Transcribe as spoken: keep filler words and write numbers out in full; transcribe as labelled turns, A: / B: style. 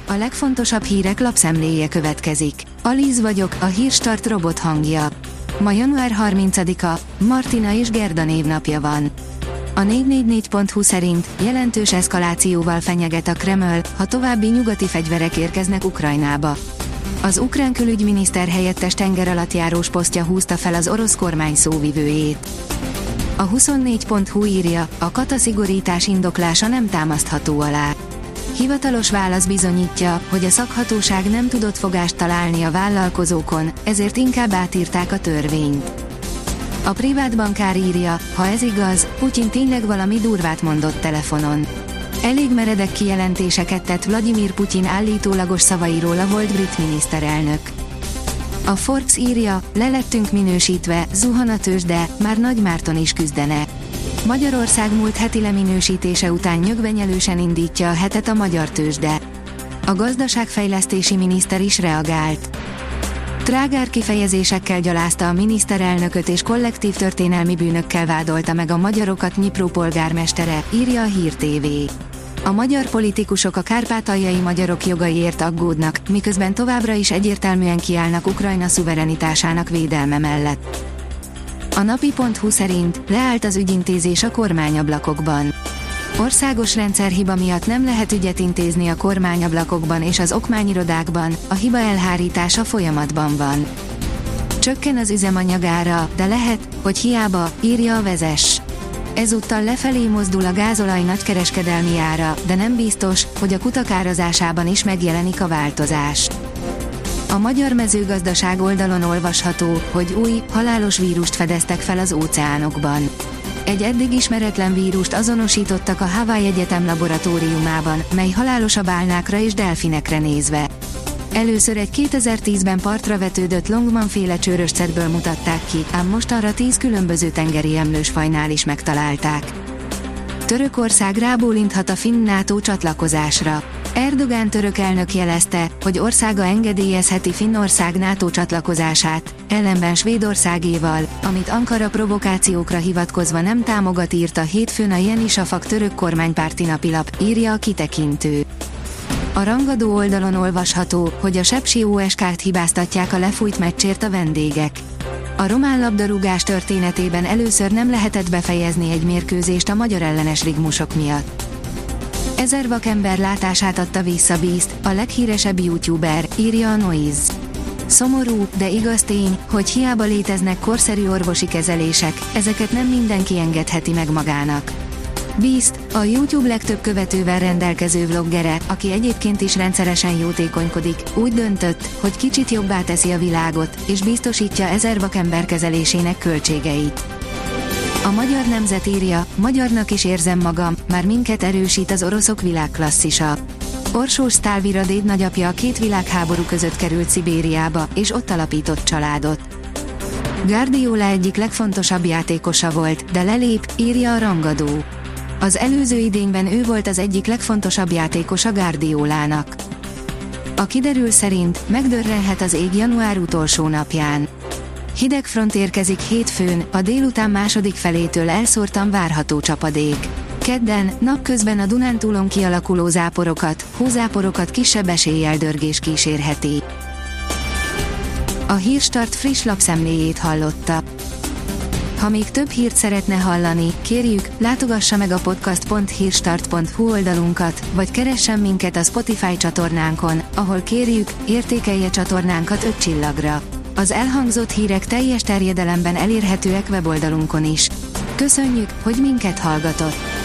A: A legfontosabb hírek lapszemléje következik. Alíz vagyok, a Hírstart robot hangja. Ma január harmincadika, Martina és Gerda névnapja van. A négy négy négy pont hu szerint jelentős eszkalációval fenyeget a Kreml, ha további nyugati fegyverek érkeznek Ukrajnába. Az ukrán külügyminiszter helyettes tengeralattjárós posztja húzta fel az orosz kormány szóvivőjét. A huszonnégy pont hu írja, a kataszigorítás indoklása nem támasztható alá. Hivatalos válasz bizonyítja, hogy a szakhatóság nem tudott fogást találni a vállalkozókon, ezért inkább átírták a törvényt. A privát bankár írja, ha ez igaz, Putyin tényleg valami durvát mondott telefonon. Elég meredek kijelentéseket tett Vladimir Putyin állítólagos szavairól a volt brit miniszterelnök. A Forbes írja, lelettünk minősítve, zuhan a tőzsde, már Nagy Márton is küzdene. Magyarország múlt heti leminősítése után nyögvenyelősen indítja a hetet a magyar tőzsde. A gazdaságfejlesztési miniszter is reagált. Trágár kifejezésekkel gyalázta a miniszterelnököt és kollektív történelmi bűnökkel vádolta meg a magyarokat Dnyipró polgármestere, írja a Hír té vé. A magyar politikusok a kárpátaljai magyarok jogaiért aggódnak, miközben továbbra is egyértelműen kiállnak Ukrajna szuverenitásának védelme mellett. A napi pont hu szerint leállt az ügyintézés a kormányablakokban. Országos rendszerhiba miatt nem lehet ügyet intézni a kormányablakokban és az okmányirodákban, a hiba elhárítása folyamatban van. Csökken az üzemanyagára, de lehet, hogy hiába, írja a Vezess. Ezúttal lefelé mozdul a gázolaj nagykereskedelmi ára, de nem biztos, hogy a kutak árazásában is megjelenik a változás. A magyar mezőgazdaság oldalon olvasható, hogy új, halálos vírust fedeztek fel az óceánokban. Egy eddig ismeretlen vírust azonosítottak a Hawaii Egyetem laboratóriumában, mely halálosabb álnákra és delfinekre nézve. Először egy kétezer-tízben partra vetődött Longman-féle csőröscetből mutatták ki, ám mostanra tíz különböző tengeri emlősfajnál is megtalálták. Törökország rábólinthat a finn NATO csatlakozásra. Erdogán török elnök jelezte, hogy országa engedélyezheti Finnország NATO csatlakozását, ellenben Svédországéval, amit Ankara provokációkra hivatkozva nem támogat, írta hétfőn a Yeni Shafak török kormánypárti napilap, írja a kitekintő. A rangadó oldalon olvasható, hogy a sepsi o es ká-t hibáztatják a lefújt meccsért a vendégek. A román labdarúgás történetében először nem lehetett befejezni egy mérkőzést a magyar ellenes rigmusok miatt. Ezer vakember látását adta vissza Beast, a leghíresebb youtuber, írja a Noise. Szomorú, de igaz tény, hogy hiába léteznek korszerű orvosi kezelések, ezeket nem mindenki engedheti meg magának. Beast, a YouTube legtöbb követővel rendelkező vloggere, aki egyébként is rendszeresen jótékonykodik, úgy döntött, hogy kicsit jobbá teszi a világot, és biztosítja ezer vakember kezelésének költségeit. A Magyar Nemzet írja, magyarnak is érzem magam, már minket erősít az oroszok világklasszisa. Orsós Sztálviradéd nagyapja a két világháború között került Szibériába, és ott alapított családot. Guardiola egyik legfontosabb játékosa volt, de lelép, írja a rangadó. Az előző idényben ő volt az egyik legfontosabb játékosa Guardiolának. A kiderül szerint megdörrenhet az ég január utolsó napján. Hideg front érkezik hétfőn, a délután második felétől elszórtan várható csapadék. Kedden, napközben a Dunántúlon kialakuló záporokat, hózáporokat kisebb eséllyel dörgés kísérheti. A Hírstart friss lapszemléjét hallotta. Ha még több hírt szeretne hallani, kérjük, látogassa meg a podcast pont hírstart pont hu oldalunkat, vagy keressen minket a Spotify csatornánkon, ahol kérjük, értékelje csatornánkat öt csillagra. Az elhangzott hírek teljes terjedelemben elérhetőek weboldalunkon is. Köszönjük, hogy minket hallgatott!